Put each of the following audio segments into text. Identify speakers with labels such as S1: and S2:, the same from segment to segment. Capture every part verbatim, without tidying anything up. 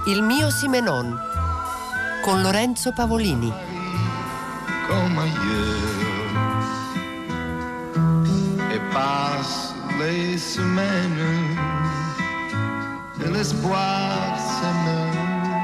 S1: Il mio Simenon con Lorenzo Pavolini.
S2: Comme ailleurs, et passe les semaines, et l'espoir s'émeut.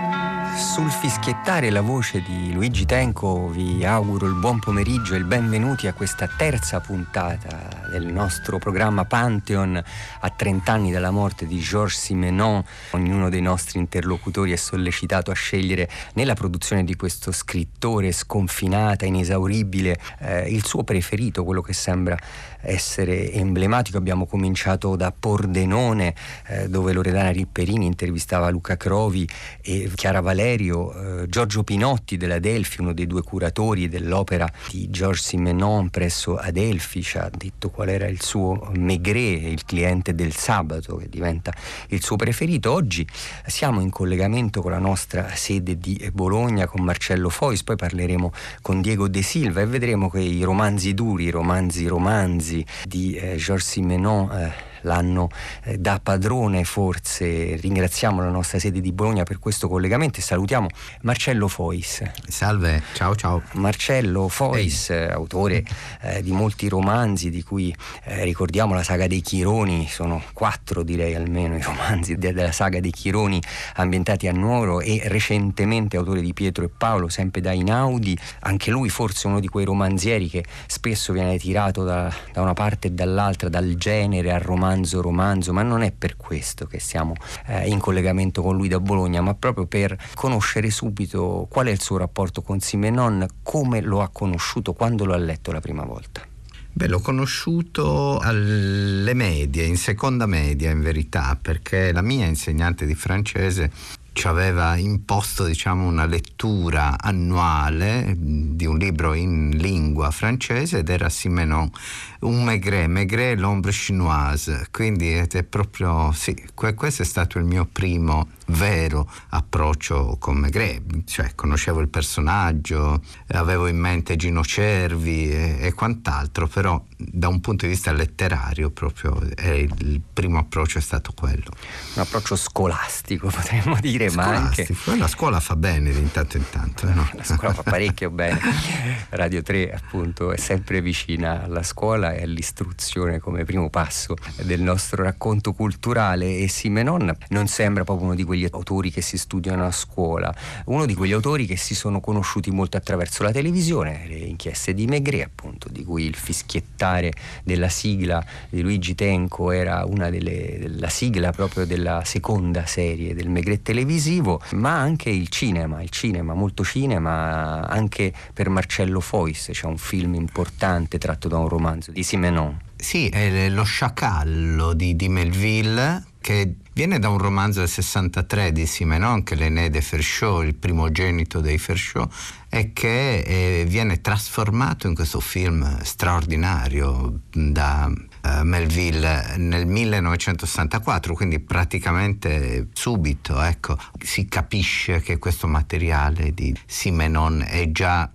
S3: Sul fischiettare la voce di Luigi Tenco vi auguro il buon pomeriggio e il benvenuti a questa terza puntata del nostro programma Pantheon a trent'anni dalla morte di Georges Simenon. Ognuno dei nostri interlocutori è sollecitato a scegliere nella produzione di questo scrittore sconfinata, inesauribile, eh, il suo preferito, quello che sembra essere emblematico. Abbiamo cominciato da Pordenone, eh, dove Loredana Ripperini intervistava Luca Crovi e Chiara Valerio, eh, Giorgio Pinotti dell'Adelphi, uno dei due curatori dell'opera di Georges Simenon presso Adelphi, ci ha detto qual era il suo Maigret, il cliente del sabato, che diventa il suo preferito. Oggi siamo in collegamento con la nostra sede di Bologna, con Marcello Fois, poi parleremo con Diego De Silva e vedremo che i romanzi duri, i romanzi romanzi di eh, Georges Simenon eh, l'hanno eh, da padrone forse. Ringraziamo la nostra sede di Bologna per questo collegamento e salutiamo Marcello Fois.
S4: Salve, ciao ciao.
S3: Marcello Fois, eh, autore eh, di molti romanzi, di cui eh, ricordiamo la saga dei Chironi. Sono quattro, direi almeno, i romanzi de- della saga dei Chironi ambientati a Nuoro, e recentemente autore di Pietro e Paolo, sempre da Einaudi. Anche lui forse uno di quei romanzieri che spesso viene tirato da, da una parte e dall'altra, dal genere al romanzo romanzo, ma non è per questo che siamo eh, in collegamento con lui da Bologna, ma proprio per conoscere subito qual è il suo rapporto con Simenon, come lo ha conosciuto, quando lo ha letto la prima volta.
S4: Beh, l'ho conosciuto alle medie, in seconda media in verità, perché la mia insegnante di francese ci aveva imposto, diciamo, una lettura annuale di un libro in lingua francese ed era Simenon, un Maigret, Maigret l'ombre chinoise, quindi è proprio, sì, questo è stato il mio primo vero approccio con Maigret, cioè conoscevo il personaggio, avevo in mente Gino Cervi e, e quant'altro, però da un punto di vista letterario proprio eh, il primo approccio è stato quello.
S3: Un approccio scolastico, potremmo dire, ma anche...
S4: La scuola fa bene di intanto in tanto. Eh, no?
S3: La scuola fa parecchio bene. Radio tre appunto è sempre vicina alla scuola e all'istruzione come primo passo del nostro racconto culturale, e Simenon non sembra proprio uno di quegli autori che si studiano a scuola, uno di quegli autori che si sono conosciuti molto attraverso la televisione, le inchieste di Maigret appunto, di cui il fischiettare della sigla di Luigi Tenco era una delle, della sigla proprio della seconda serie del Maigret televisivo, ma anche il cinema, il cinema, molto cinema anche per Marcello Fois. C'è un film importante tratto da un romanzo di Simenon.
S4: Sì, è Lo sciacallo di, di Melville, che viene da un romanzo del sessantatré di Simenon, che è l'Aîné des Ferchaux, il primogenito dei Ferchaux, e che eh, viene trasformato in questo film straordinario da uh, Melville nel millenovecentosessantaquattro, quindi praticamente subito, ecco, si capisce che questo materiale di Simenon è già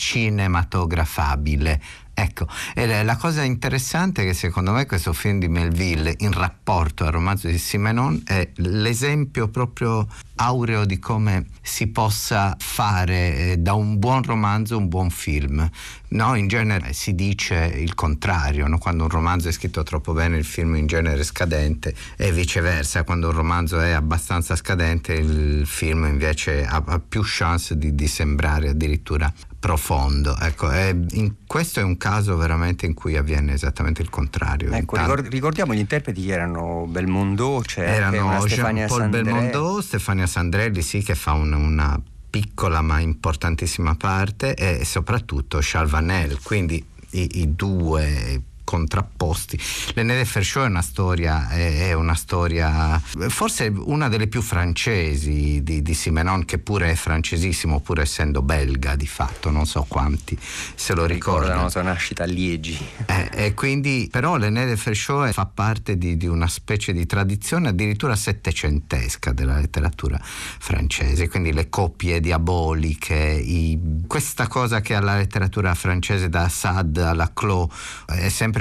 S4: cinematografabile. Ecco, e la cosa interessante è che secondo me questo film di Melville in rapporto al romanzo di Simenon è l'esempio proprio aureo di come si possa fare da un buon romanzo un buon film. No, in genere si dice il contrario, no? Quando un romanzo è scritto troppo bene il film in genere è scadente, e viceversa, quando un romanzo è abbastanza scadente il film invece ha, ha più chance di, di sembrare addirittura profondo. Ecco, e in questo è un caso veramente in cui avviene esattamente il contrario.
S3: Ecco,
S4: Intanto,
S3: ricordiamo gli interpreti che erano Belmondo, c'è
S4: erano
S3: Stefania
S4: Jean-Paul Belmondo, Stefania Sandrelli, sì, che fa un, una piccola ma importantissima parte, e soprattutto Charles Vanel, quindi i, i due contrapposti. L'Aîné des Ferchaux è una storia è, è una storia forse una delle più francesi di, di Simenon, che pure è francesissimo pur essendo belga di fatto, non so quanti se lo ricordano.
S3: Ricordano la sua nascita a Liegi.
S4: Eh, e quindi però l'Aîné des Ferchaux fa parte di, di una specie di tradizione addirittura settecentesca della letteratura francese, quindi le coppie diaboliche, i, questa cosa che alla letteratura francese da Sade alla Clos è sempre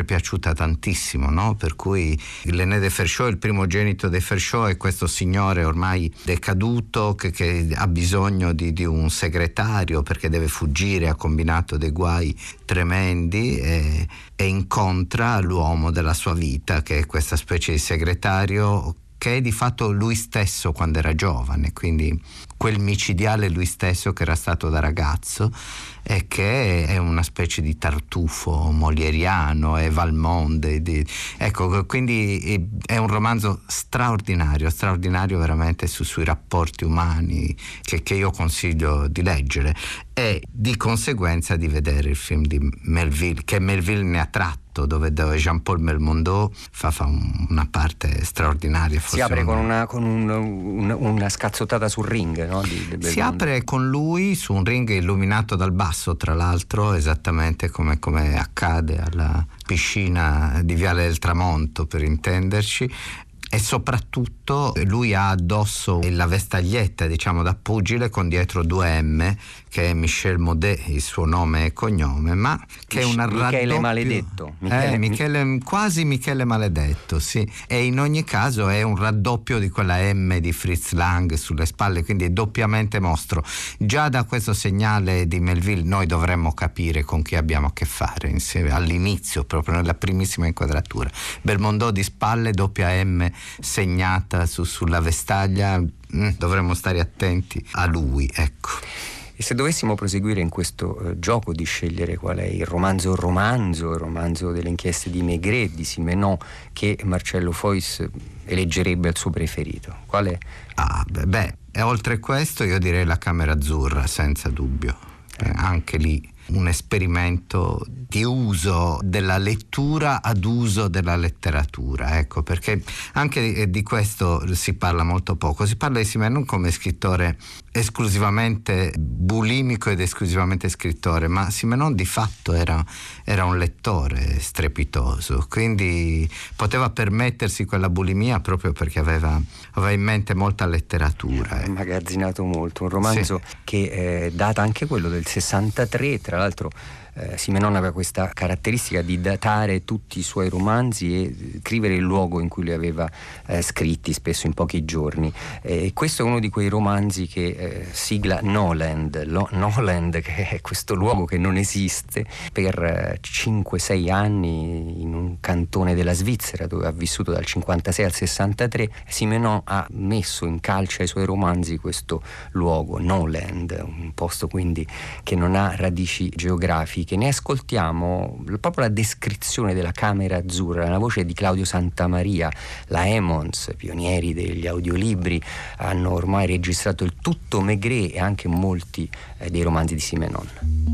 S4: sempre piaciuta tantissimo, no? Per cui l'Aîné de Ferchaux, il primogenito de Ferchaux, è questo signore ormai decaduto che, che ha bisogno di, di un segretario perché deve fuggire, ha combinato dei guai tremendi e, e incontra l'uomo della sua vita, che è questa specie di segretario che è di fatto lui stesso quando era giovane, quindi quel micidiale lui stesso che era stato da ragazzo e che è una specie di tartufo molieriano e Valmonde di, ecco, quindi è un romanzo straordinario straordinario veramente su, sui rapporti umani che, che io consiglio di leggere e di conseguenza di vedere il film di Melville, che Melville ne ha tratto, dove, dove Jean-Paul Belmondo fa, fa un, una parte straordinaria.
S3: Si apre con, una, con un, un, una scazzottata sul ring, no? Di, di
S4: si apre con lui su un ring illuminato dal basso, tra l'altro, esattamente come, come accade alla piscina di Viale del Tramonto, per intenderci. E soprattutto lui ha addosso la vestaglietta, diciamo, da pugile con dietro due M, che è Michel Maudet, il suo nome e cognome, ma che è un raddoppio...
S3: Michele Maledetto.
S4: Michele... Eh, Michele, quasi Michele Maledetto, sì. E in ogni caso è un raddoppio di quella M di Fritz Lang sulle spalle, quindi è doppiamente mostro. Già da questo segnale di Melville noi dovremmo capire con chi abbiamo a che fare, insieme, all'inizio, proprio nella primissima inquadratura. Belmondo di spalle, doppia M segnata su, sulla vestaglia, mm, dovremmo stare attenti a lui, ecco.
S3: E se dovessimo proseguire in questo eh, gioco di scegliere qual è il romanzo romanzo, il romanzo delle inchieste di Maigret, di Simenon, che Marcello Foix eleggerebbe il suo preferito, qual è?
S4: Ah, beh, beh, e oltre questo io direi La Camera Azzurra, senza dubbio. Eh, anche lì un esperimento di uso della lettura ad uso della letteratura, ecco, perché anche di questo si parla molto poco. Si parla di Simenon non come scrittore esclusivamente bulimico ed esclusivamente scrittore, ma Simenon di fatto era, era un lettore strepitoso, quindi poteva permettersi quella bulimia proprio perché aveva, aveva in mente molta letteratura.
S3: Ha magazzinato molto, un romanzo sì. che eh, data anche quello del sessantatré, tra l'altro eh, Simenon aveva questa caratteristica di datare tutti i suoi romanzi e scrivere il luogo in cui li aveva eh, scritti, spesso in pochi giorni, e eh, questo è uno di quei romanzi che eh, sigla Noland, Lo, Noland, che è questo luogo che non esiste, per eh, cinque sei anni in un cantone della Svizzera dove ha vissuto dal cinquantasei al sessantatré. Simenon ha messo in calce ai suoi romanzi questo luogo, Noland, un posto quindi che non ha radici geografiche. Ne ascoltiamo proprio la descrizione della Camera Azzurra, la voce di Claudio Santamaria. La Emmons, pionieri degli audiolibri, hanno ormai registrato il tutto Maigret e anche molti eh, dei romanzi di Simenon.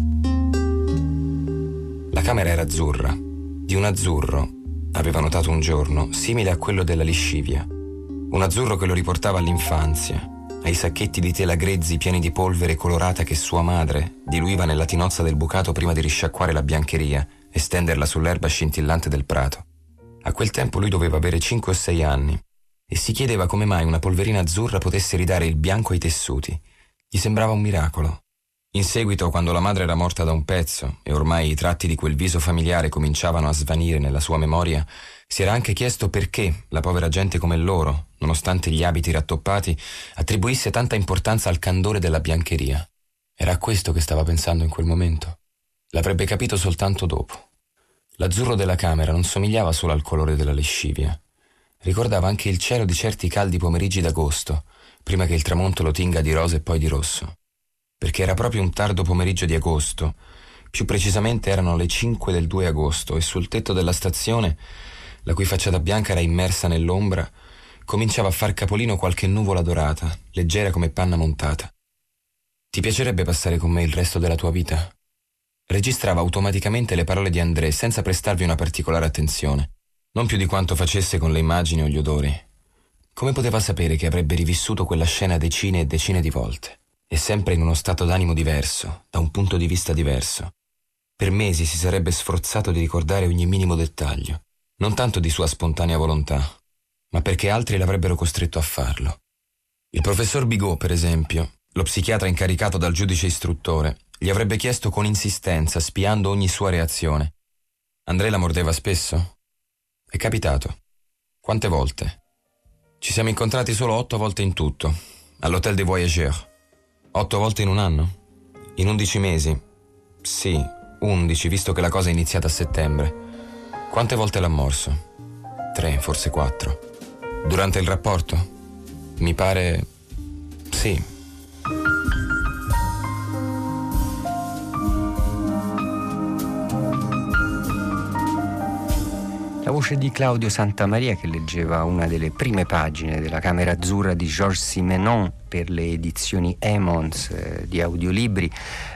S5: La camera era azzurra, di un azzurro, aveva notato un giorno, simile a quello della liscivia, un azzurro che lo riportava all'infanzia, ai sacchetti di tela grezzi pieni di polvere colorata che sua madre diluiva nella tinozza del bucato prima di risciacquare la biancheria e stenderla sull'erba scintillante del prato. A quel tempo lui doveva avere cinque o sei anni e si chiedeva come mai una polverina azzurra potesse ridare il bianco ai tessuti. Gli sembrava un miracolo. In seguito, quando la madre era morta da un pezzo e ormai i tratti di quel viso familiare cominciavano a svanire nella sua memoria, si era anche chiesto perché la povera gente come loro, nonostante gli abiti rattoppati, attribuisse tanta importanza al candore della biancheria. Era a questo che stava pensando in quel momento. L'avrebbe capito soltanto dopo. L'azzurro della camera non somigliava solo al colore della lescivia. Ricordava anche il cielo di certi caldi pomeriggi d'agosto, prima che il tramonto lo tinga di rosa e poi di rosso. Perché era proprio un tardo pomeriggio di agosto, più precisamente erano le cinque del due agosto, e sul tetto della stazione, la cui facciata bianca era immersa nell'ombra, cominciava a far capolino qualche nuvola dorata, leggera come panna montata. «Ti piacerebbe passare con me il resto della tua vita?» Registrava automaticamente le parole di André senza prestarvi una particolare attenzione, non più di quanto facesse con le immagini o gli odori. Come poteva sapere che avrebbe rivissuto quella scena decine e decine di volte? E sempre in uno stato d'animo diverso, da un punto di vista diverso. Per mesi si sarebbe sforzato di ricordare ogni minimo dettaglio, non tanto di sua spontanea volontà, ma perché altri l'avrebbero costretto a farlo. Il professor Bigot, per esempio, lo psichiatra incaricato dal giudice istruttore, gli avrebbe chiesto con insistenza, spiando ogni sua reazione: André la mordeva spesso? È capitato. Quante volte? Ci siamo incontrati solo otto volte in tutto, all'Hôtel des Voyageurs. Otto volte in un anno? In undici mesi? Sì, undici, visto che la cosa è iniziata a settembre. Quante volte l'ha morso? Tre, forse quattro. Durante il rapporto? Mi pare... sì.
S3: La voce di Claudio Santamaria, che leggeva una delle prime pagine della Camera Azzurra di Georges Simenon per le edizioni Emons eh, di audiolibri.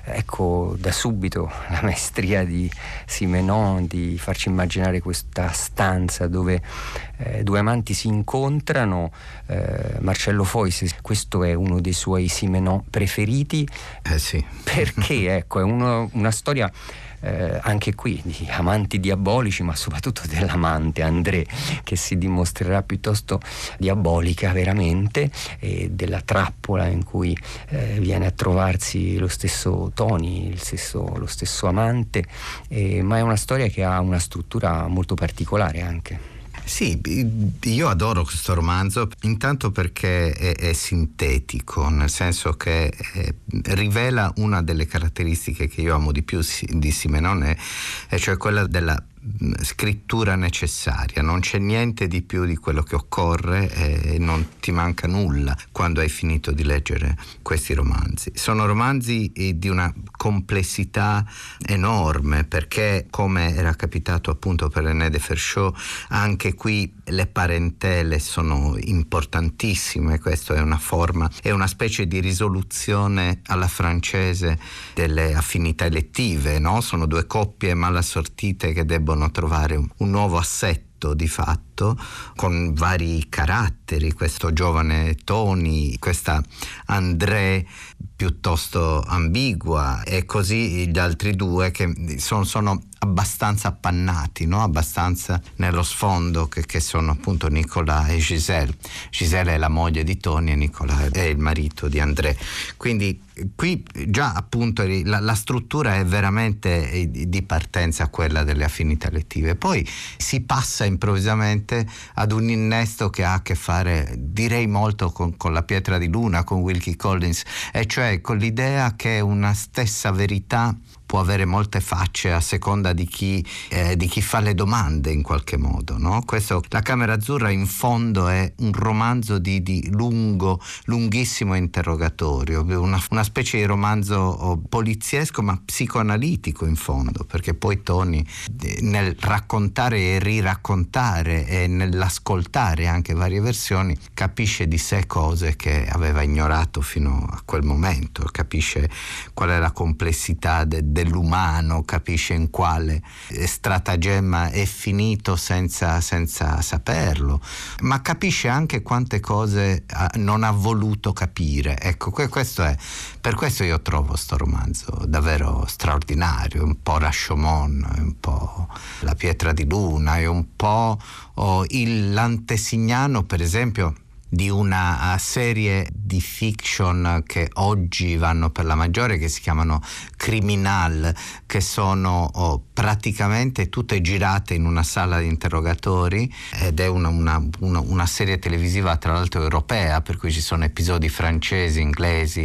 S3: Ecco da subito la maestria di Simenon di farci immaginare questa stanza dove eh, due amanti si incontrano. eh, Marcello Foix, questo è uno dei suoi Simenon preferiti.
S4: Eh sì.
S3: Perché ecco, è uno, una storia Eh, anche qui di amanti diabolici, ma soprattutto dell'amante André, che si dimostrerà piuttosto diabolica veramente, e della trappola in cui eh, viene a trovarsi lo stesso Tony, il stesso, lo stesso amante, eh, ma è una storia che ha una struttura molto particolare anche.
S4: Sì, io adoro questo romanzo, intanto perché è, è sintetico, nel senso che è, rivela una delle caratteristiche che io amo di più di Simenon, e, e cioè quella della scrittura necessaria. Non c'è niente di più di quello che occorre e non ti manca nulla quando hai finito di leggere questi romanzi. Sono romanzi di una complessità enorme, perché, come era capitato appunto per René de Ferchaud, anche qui le parentele sono importantissime. Questo è una forma, è una specie di risoluzione alla francese delle affinità elettive, no? Sono due coppie malassortite che debbono trovare un, un nuovo assetto di fatto, con vari caratteri, questo giovane Tony, questa André piuttosto ambigua, e così gli altri due che sono, sono abbastanza appannati, no? Abbastanza nello sfondo, che, che sono appunto Nicolas e Giselle. Giselle è la moglie di Tony e Nicolas è il marito di André. Quindi qui già appunto la, la struttura è veramente di partenza quella delle affinità elettive. Poi si passa improvvisamente ad un innesto che ha a che fare, direi, molto con, con La pietra di luna, con Wilkie Collins, e cioè con l'idea che una stessa verità può avere molte facce a seconda di chi, eh, di chi fa le domande in qualche modo, no? Questo, La Camera Azzurra, in fondo è un romanzo di, di lungo, lunghissimo interrogatorio, una, una specie di romanzo poliziesco ma psicoanalitico in fondo, perché poi Tony nel raccontare e riraccontare e nell'ascoltare anche varie versioni capisce di sé cose che aveva ignorato fino a quel momento, capisce qual è la complessità de, dell'umano, capisce in quale stratagemma è finito senza, senza saperlo, ma capisce anche quante cose non ha voluto capire. Ecco, questo è, per questo io trovo sto romanzo davvero straordinario, un po' Rashomon, un po' La pietra di luna, e un po' oh, il l'antesignano, per esempio, di una serie di fiction che oggi vanno per la maggiore, che si chiamano Criminal, che sono oh, praticamente tutte girate in una sala di interrogatori, ed è una, una, una, una serie televisiva tra l'altro europea, per cui ci sono episodi francesi, inglesi,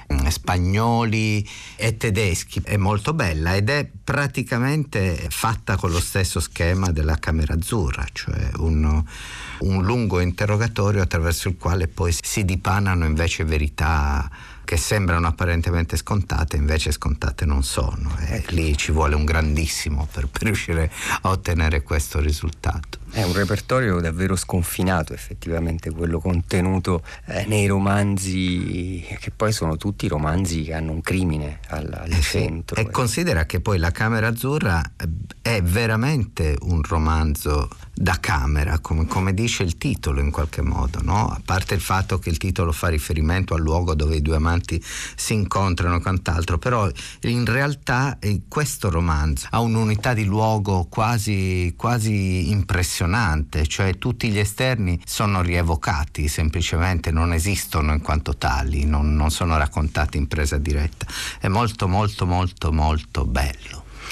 S4: spagnoli e tedeschi. È molto bella ed è praticamente fatta con lo stesso schema della Camera Azzurra, cioè un, un lungo interrogatorio attraverso il quale poi si dipanano invece verità che sembrano apparentemente scontate, invece scontate non sono, e lì ci vuole un grandissimo per, per riuscire a ottenere questo risultato.
S3: È un repertorio davvero sconfinato, effettivamente, quello contenuto eh, nei romanzi, che poi sono tutti romanzi che hanno un crimine al, al
S4: eh
S3: centro.
S4: Sì. E considera che poi La Camera Azzurra è veramente un romanzo da camera, come, come dice il titolo in qualche modo, no? A parte il fatto che il titolo fa riferimento al luogo dove i due amanti si incontrano e quant'altro, però in realtà eh, questo romanzo ha un'unità di luogo quasi, quasi impressionante, cioè tutti gli esterni sono rievocati, semplicemente non esistono in quanto tali, non, non sono raccontati in presa diretta. È molto molto molto molto bello.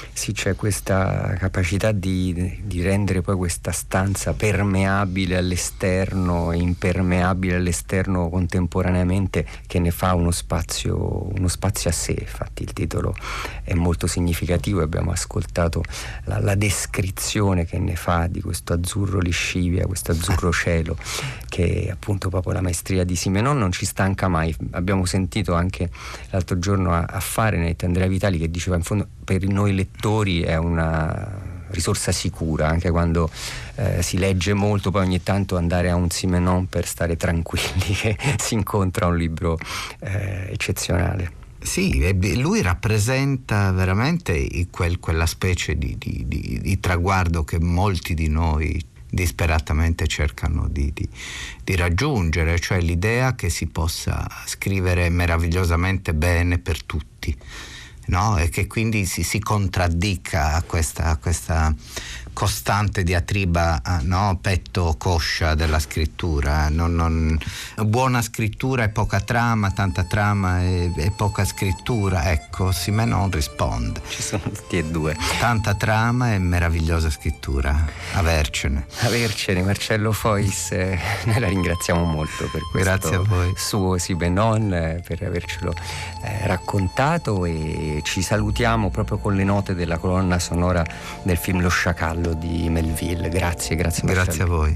S3: Sì, c'è questa capacità di, di rendere poi questa stanza permeabile all'esterno e impermeabile all'esterno contemporaneamente, che ne fa uno spazio, uno spazio a sé. Infatti il titolo è molto significativo e abbiamo ascoltato la, la descrizione che ne fa di questo azzurro liscivia, questo azzurro cielo, che appunto proprio la maestria di Simenon non ci stanca mai. Abbiamo sentito anche l'altro giorno a, a Fahrenheit Andrea Vitali che diceva in fondo per noi lettori è una risorsa sicura, anche quando eh, si legge molto, poi ogni tanto andare a un Simenon per stare tranquilli che si incontra un libro eh, eccezionale.
S4: Sì, lui rappresenta veramente quel, quella specie di, di, di, di traguardo che molti di noi disperatamente cercano di, di, di raggiungere, cioè l'idea che si possa scrivere meravigliosamente bene per tutti, no? E che quindi si, si contraddica a questa, a questa costante diatriba, no? Petto coscia della scrittura. Non, non, buona scrittura e poca trama, tanta trama e, e poca scrittura. Ecco, Simenon risponde.
S3: Ci sono tutti e due.
S4: Tanta trama e meravigliosa scrittura. Avercene.
S3: Avercene. Marcello Fois, eh, noi la ringraziamo molto per questo.
S4: Grazie a voi.
S3: Suo Simenon, eh, per avercelo eh, raccontato, e ci salutiamo proprio con le note della colonna sonora del film Lo Sciacallo di Melville. Grazie, grazie Marcello.
S4: Grazie a voi.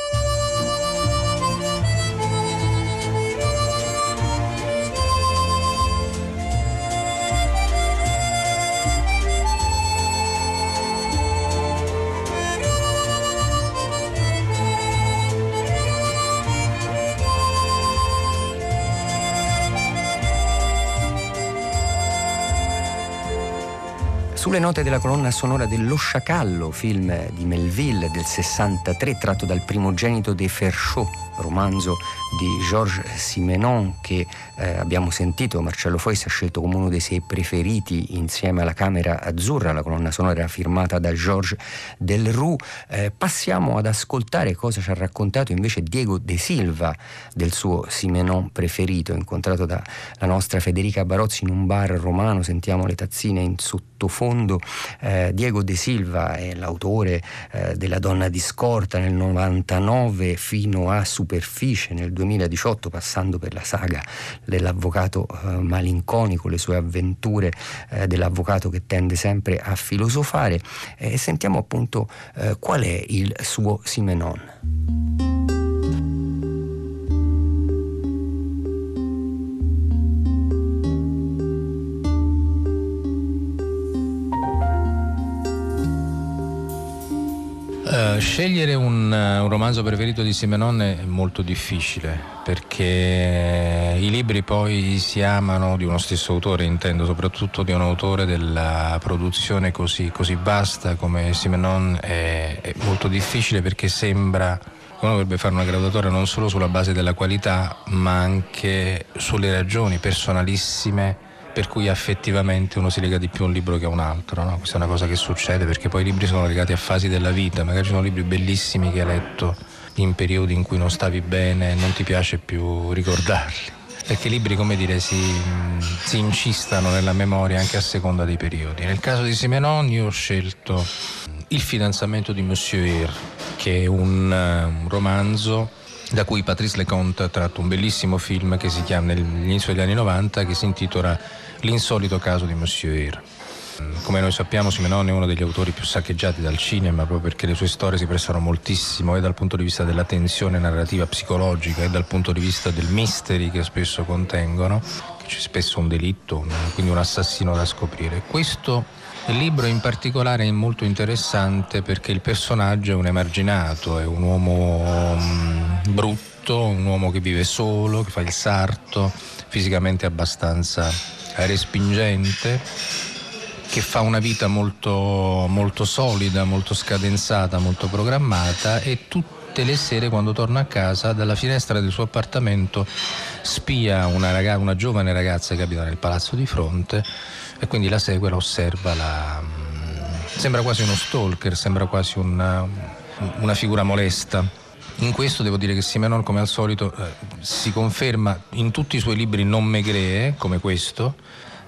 S3: Sulle note della colonna sonora dello Sciacallo, film di Melville del sessantatré, tratto dal Primogenito des Ferchaux, romanzo di Georges Simenon, che eh, abbiamo sentito, Marcello Fois ha scelto come uno dei suoi preferiti insieme alla Camera Azzurra. La colonna sonora era firmata da Georges Delroux. Eh, passiamo ad ascoltare cosa ci ha raccontato invece Diego De Silva del suo Simenon preferito, incontrato dalla nostra Federica Barozzi in un bar romano. Sentiamo le tazzine in sottofondo. Eh, Diego De Silva è l'autore eh, della Donna di scorta nel novantanove fino a Superficie nel duemiladiciotto, passando per la saga dell'avvocato eh, malinconico, le sue avventure eh, dell'avvocato che tende sempre a filosofare, e eh, sentiamo appunto eh, qual è il suo Simenon.
S6: Uh, scegliere un, uh, un romanzo preferito di Simenon è molto difficile, perché i libri poi si amano di uno stesso autore, intendo soprattutto di un autore della produzione così, così vasta come Simenon. È, è molto difficile perché sembra uno dovrebbe fare una graduatoria non solo sulla base della qualità ma anche sulle ragioni personalissime per cui affettivamente uno si lega di più a un libro che a un altro, no? Questa è una cosa che succede perché poi i libri sono legati a fasi della vita. Magari ci sono libri bellissimi che hai letto in periodi in cui non stavi bene e non ti piace più ricordarli, perché i libri, come dire, si, si incistano nella memoria anche a seconda dei periodi. Nel caso di Simenon io ho scelto Il fidanzamento di Monsieur Hir, che è un, un romanzo da cui Patrice Leconte ha tratto un bellissimo film che si chiama nell'inizio degli anni novanta, che si intitola L'insolito caso di Monsieur Hir. Come noi sappiamo, Simenon è uno degli autori più saccheggiati dal cinema, proprio perché le sue storie si prestano moltissimo e dal punto di vista della tensione narrativa psicologica e dal punto di vista del mystery che spesso contengono, che c'è spesso un delitto, quindi un assassino da scoprire. Questo libro in particolare è molto interessante perché il personaggio è un emarginato, è un uomo um, brutto, un uomo che vive solo, che fa il sarto, fisicamente abbastanza respingente, che fa una vita molto, molto solida, molto scadenzata, molto programmata, e tutte le sere quando torna a casa dalla finestra del suo appartamento spia una, ragazza, una giovane ragazza che abita nel palazzo di fronte, e quindi la segue, la osserva, la... sembra quasi uno stalker, sembra quasi una, una figura molesta. In questo devo dire che Simenon, come al solito, eh, si conferma in tutti i suoi libri non maigret, come questo,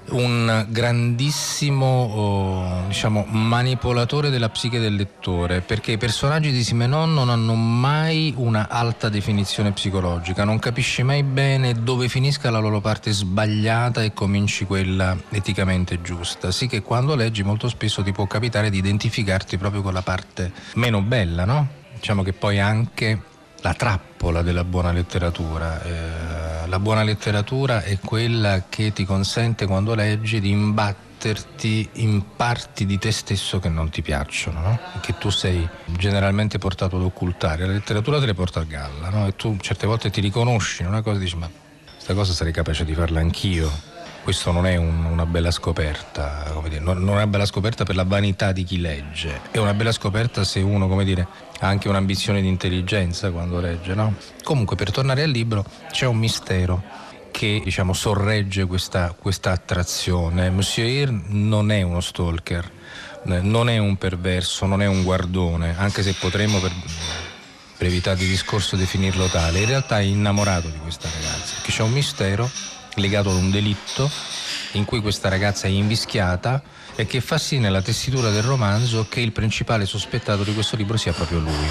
S6: un grandissimo oh, diciamo manipolatore della psiche del lettore, perché i personaggi di Simenon non hanno mai una alta definizione psicologica, non capisci mai bene dove finisca la loro parte sbagliata e cominci quella eticamente giusta, sì che quando leggi molto spesso ti può capitare di identificarti proprio con la parte meno bella, no? Diciamo che poi anche la trappola della buona letteratura. Eh, la buona letteratura è quella che ti consente, quando leggi, di imbatterti in parti di te stesso che non ti piacciono, no? Che tu sei generalmente portato ad occultare. La letteratura te le porta a galla, no? E tu certe volte ti riconosci in una cosa e dici: ma questa cosa sarei capace di farla anch'io. Questo non è un, una bella scoperta, come dire, non, non è una bella scoperta per la vanità di chi legge, è una bella scoperta se uno, come dire, ha anche un'ambizione di intelligenza quando legge, no? Comunque, per tornare al libro, c'è un mistero che, diciamo, sorregge questa, questa attrazione. Monsieur Hirn non è uno stalker, non è un perverso, non è un guardone, anche se potremmo, per brevità di discorso, definirlo tale. In realtà è innamorato di questa ragazza, perché c'è un mistero legato ad un delitto in cui questa ragazza è invischiata e che fa sì nella tessitura del romanzo che il principale sospettato di questo libro sia proprio lui,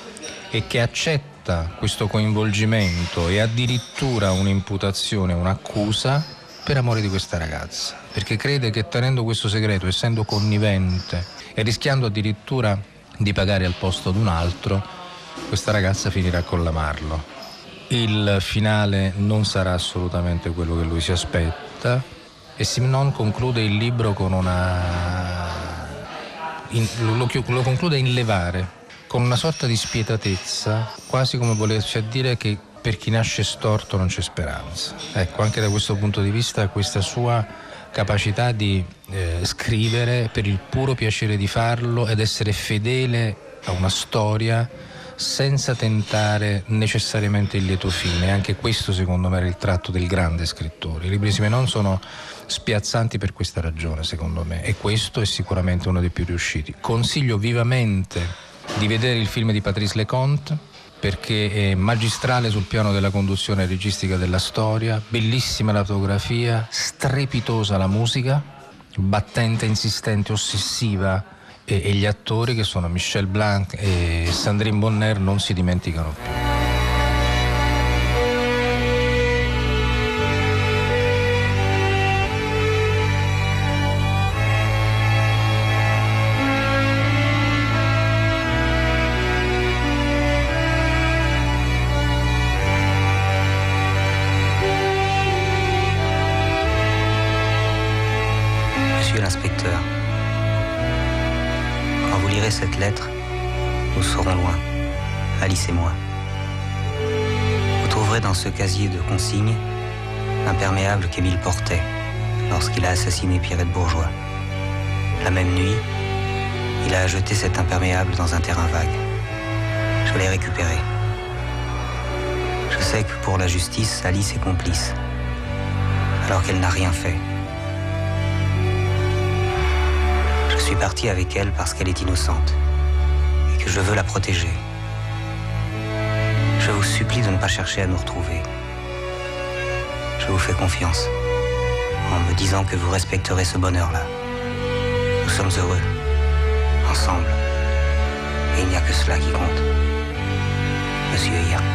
S6: e che accetta questo coinvolgimento e addirittura un'imputazione, un'accusa per amore di questa ragazza, perché crede che tenendo questo segreto, essendo connivente e rischiando addirittura di pagare al posto di un altro, questa ragazza finirà con l'amarlo. Il finale non sarà assolutamente quello che lui si aspetta, e Simenon conclude il libro con una in, lo, lo, lo conclude in levare, con una sorta di spietatezza, quasi come volerci a dire che per chi nasce storto non c'è speranza. Ecco, anche da questo punto di vista questa sua capacità di eh, scrivere per il puro piacere di farlo ed essere fedele a una storia senza tentare necessariamente il lieto fine. Anche questo, secondo me, era il tratto del grande scrittore. I libri di Simenon sono spiazzanti per questa ragione, secondo me, e questo è sicuramente uno dei più riusciti. Consiglio vivamente di vedere il film di Patrice Leconte, perché è magistrale sul piano della conduzione registica della storia, bellissima la fotografia, strepitosa la musica, battente, insistente, ossessiva, e, e gli attori, che sono Michel Blanc e Sandrine Bonner, non si dimenticano più.
S7: Monsieur l'inspecteur, quand vous lirez cette lettre, nous serons loin, Alice et moi. Vous trouverez dans ce casier de consignes l'imperméable qu'Émile portait lorsqu'il a assassiné Pierrette Bourgeois. La même nuit, il a jeté cet imperméable dans un terrain vague. Je l'ai récupéré. Je sais que pour la justice, Alice est complice, alors qu'elle n'a rien fait. Je suis parti avec elle parce qu'elle est innocente et que je veux la protéger. Je vous supplie de ne pas chercher à nous retrouver. Je vous fais confiance en me disant que vous respecterez ce bonheur-là. Nous sommes heureux, ensemble, et il n'y a que cela qui compte. Monsieur Hirn.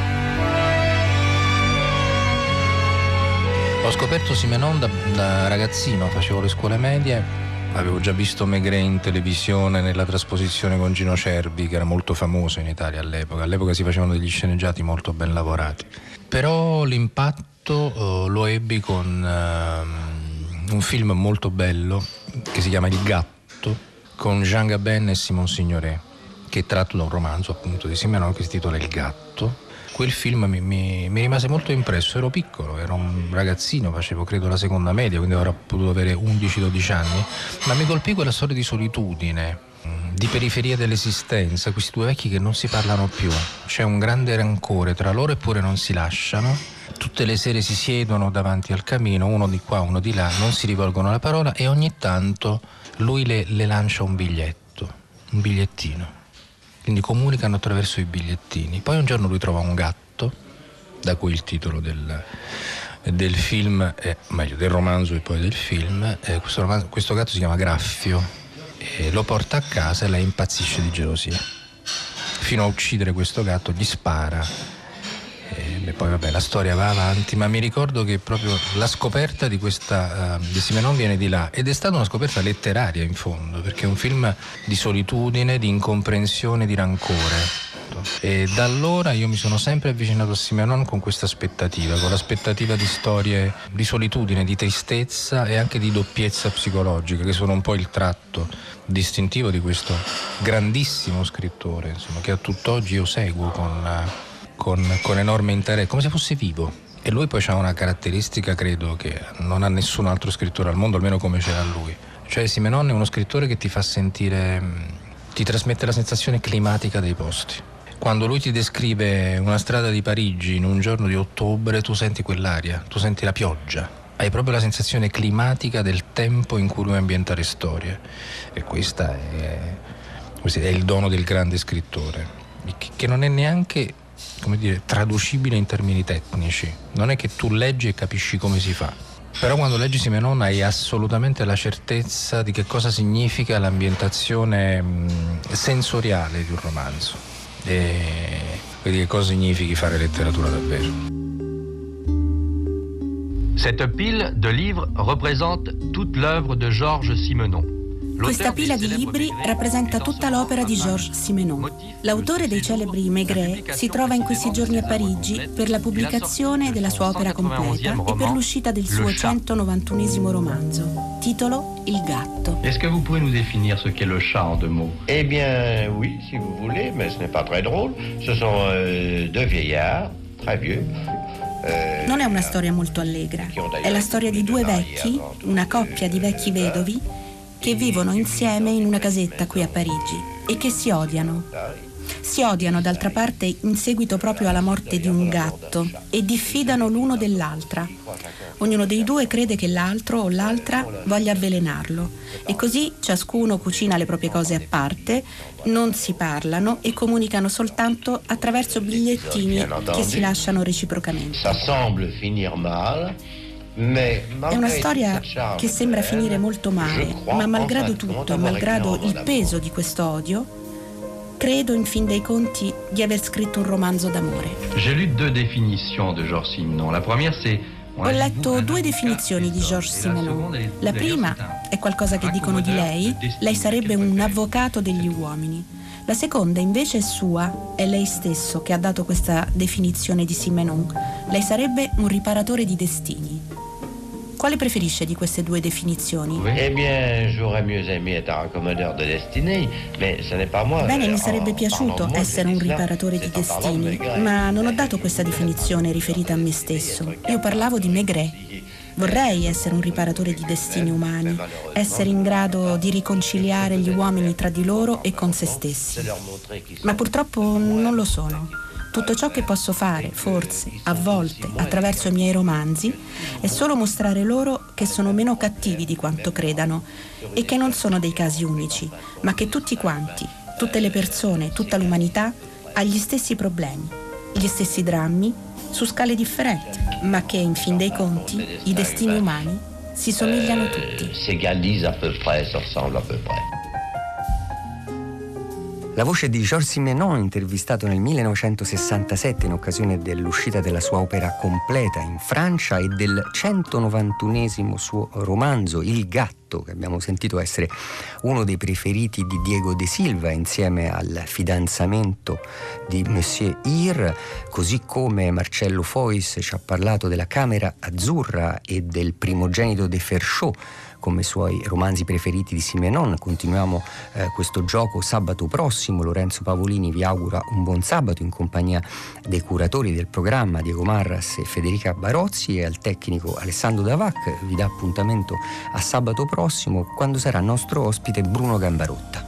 S6: Ho scoperto Simenon da, da ragazzino, facevo le scuole medie. Avevo già visto Maigret in televisione nella trasposizione con Gino Cervi, che era molto famoso in Italia all'epoca. All'epoca si facevano degli sceneggiati molto ben lavorati. Però l'impatto uh, lo ebbi con uh, un film molto bello che si chiama Il Gatto, con Jean Gabin e Simon Signoret, che è tratto da un romanzo appunto di Simenon che si intitola Il Gatto. Quel film mi, mi, mi rimase molto impresso. Ero piccolo, ero un ragazzino, facevo credo la seconda media, quindi avrò potuto avere undici dodici anni, ma mi colpì quella storia di solitudine, di periferia dell'esistenza, questi due vecchi che non si parlano più, c'è un grande rancore tra loro eppure non si lasciano, tutte le sere si siedono davanti al camino, uno di qua, uno di là, non si rivolgono la parola e ogni tanto lui le, le lancia un biglietto, un bigliettino. Quindi comunicano attraverso i bigliettini. Poi un giorno lui trova un gatto, da cui il titolo del, del film, eh, meglio del romanzo e poi del film. Eh, questo, romanzo, questo gatto si chiama Graffio e lo porta a casa e lei impazzisce di gelosia fino a uccidere questo gatto, gli spara e, e poi vabbè la storia va avanti, ma mi ricordo che proprio la scoperta di questa uh, di Simenon viene di là, ed è stata una scoperta letteraria in fondo, perché è un film di solitudine, di incomprensione, di rancore. E da allora io mi sono sempre avvicinato a Simenon con questa aspettativa, con l'aspettativa di storie di solitudine, di tristezza e anche di doppiezza psicologica, che sono un po' il tratto distintivo di questo grandissimo scrittore, insomma, che a tutt'oggi io seguo con, con, con enorme interesse, come se fosse vivo. E lui poi ha una caratteristica, credo, che non ha nessun altro scrittore al mondo, almeno come ce l'ha lui. Cioè Simenon è uno scrittore che ti fa sentire, ti trasmette la sensazione climatica dei posti. Quando lui ti descrive una strada di Parigi in un giorno di ottobre, tu senti quell'aria, tu senti la pioggia, hai proprio la sensazione climatica del tempo in cui lui ambienta le storie. E questa è, questo è il dono del grande scrittore, che non è neanche, come dire, traducibile in termini tecnici. Non è che tu leggi e capisci come si fa, però quando leggi Simenon hai assolutamente la certezza di che cosa significa l'ambientazione mh, sensoriale di un romanzo. E quindi che cosa significhi fare letteratura davvero.
S8: Cette pile de livres représente toute l'œuvre de Georges Simenon.
S9: Questa pila di libri rappresenta tutta l'opera di Georges Simenon. L'autore dei celebri Maigret si trova in questi giorni a Parigi per la pubblicazione della sua opera completa e per l'uscita del suo centonovantunesimo romanzo, titolo Il gatto.
S8: Est-ce que vous pouvez nous définir ce qu'est le chat en deux mots?
S10: Eh bien, oui, si vous voulez, mais ce n'est pas très drôle. Ce sont euh, deux vieillards, très vieux.
S9: Non è una storia molto allegra. È la storia di due vecchi, una coppia di vecchi vedovi, che vivono insieme in una casetta qui a Parigi e che si odiano. Si odiano d'altra parte in seguito proprio alla morte di un gatto e diffidano l'uno dell'altra. Ognuno dei due crede che l'altro o l'altra voglia avvelenarlo e così ciascuno cucina le proprie cose a parte, non si parlano e comunicano soltanto attraverso bigliettini che si lasciano reciprocamente.
S10: Ça semble finir mal.
S9: È una storia che sembra finire molto male, ma malgrado tutto e malgrado il peso di questo odio, credo in fin dei conti di aver scritto un romanzo d'amore.
S8: J'ai lu deux définitions de Georges Simenon. La première c'est
S9: Ho letto due definizioni di Georges Simenon. La prima è qualcosa che dicono di lei, lei sarebbe un avvocato degli uomini. La seconda invece è sua, è lei stesso che ha dato questa definizione di Simenon. Lei sarebbe un riparatore di destini. Quale preferisce di queste due definizioni?
S10: Eh bien, j'aurais mieux aimé être un raccommodeur de destinée, mais ce n'est pas moi.
S9: Bene, mi sarebbe piaciuto essere un riparatore di destini, ma non ho dato questa definizione riferita a me stesso. Io parlavo di Maigret. Vorrei essere un riparatore di destini umani, essere in grado di riconciliare gli uomini tra di loro e con se stessi. Ma purtroppo non lo sono. Tutto ciò che posso fare, forse, a volte, attraverso i miei romanzi, è solo mostrare loro che sono meno cattivi di quanto credano e che non sono dei casi unici, ma che tutti quanti, tutte le persone, tutta l'umanità ha gli stessi problemi, gli stessi drammi, su scale differenti, ma che, in fin dei conti, i destini umani si somigliano tutti.
S10: S'égalisent à peu près, se ressemblent à peu près.
S3: La voce di Georges Simenon, intervistato nel millenovecentosessantasette in occasione dell'uscita della sua opera completa in Francia e del centonovantunesimo suo romanzo Il gatto, che abbiamo sentito essere uno dei preferiti di Diego de Silva insieme al fidanzamento di Monsieur Hir, così come Marcello Foix ci ha parlato della Camera Azzurra e del Primogenito de Ferchaux come suoi romanzi preferiti di Simenon. Continuiamo eh, questo gioco sabato prossimo. Lorenzo Pavolini vi augura un buon sabato in compagnia dei curatori del programma Diego Marras e Federica Barozzi, e al tecnico Alessandro Davac vi dà appuntamento a sabato prossimo, quando sarà nostro ospite Bruno Gambarotta.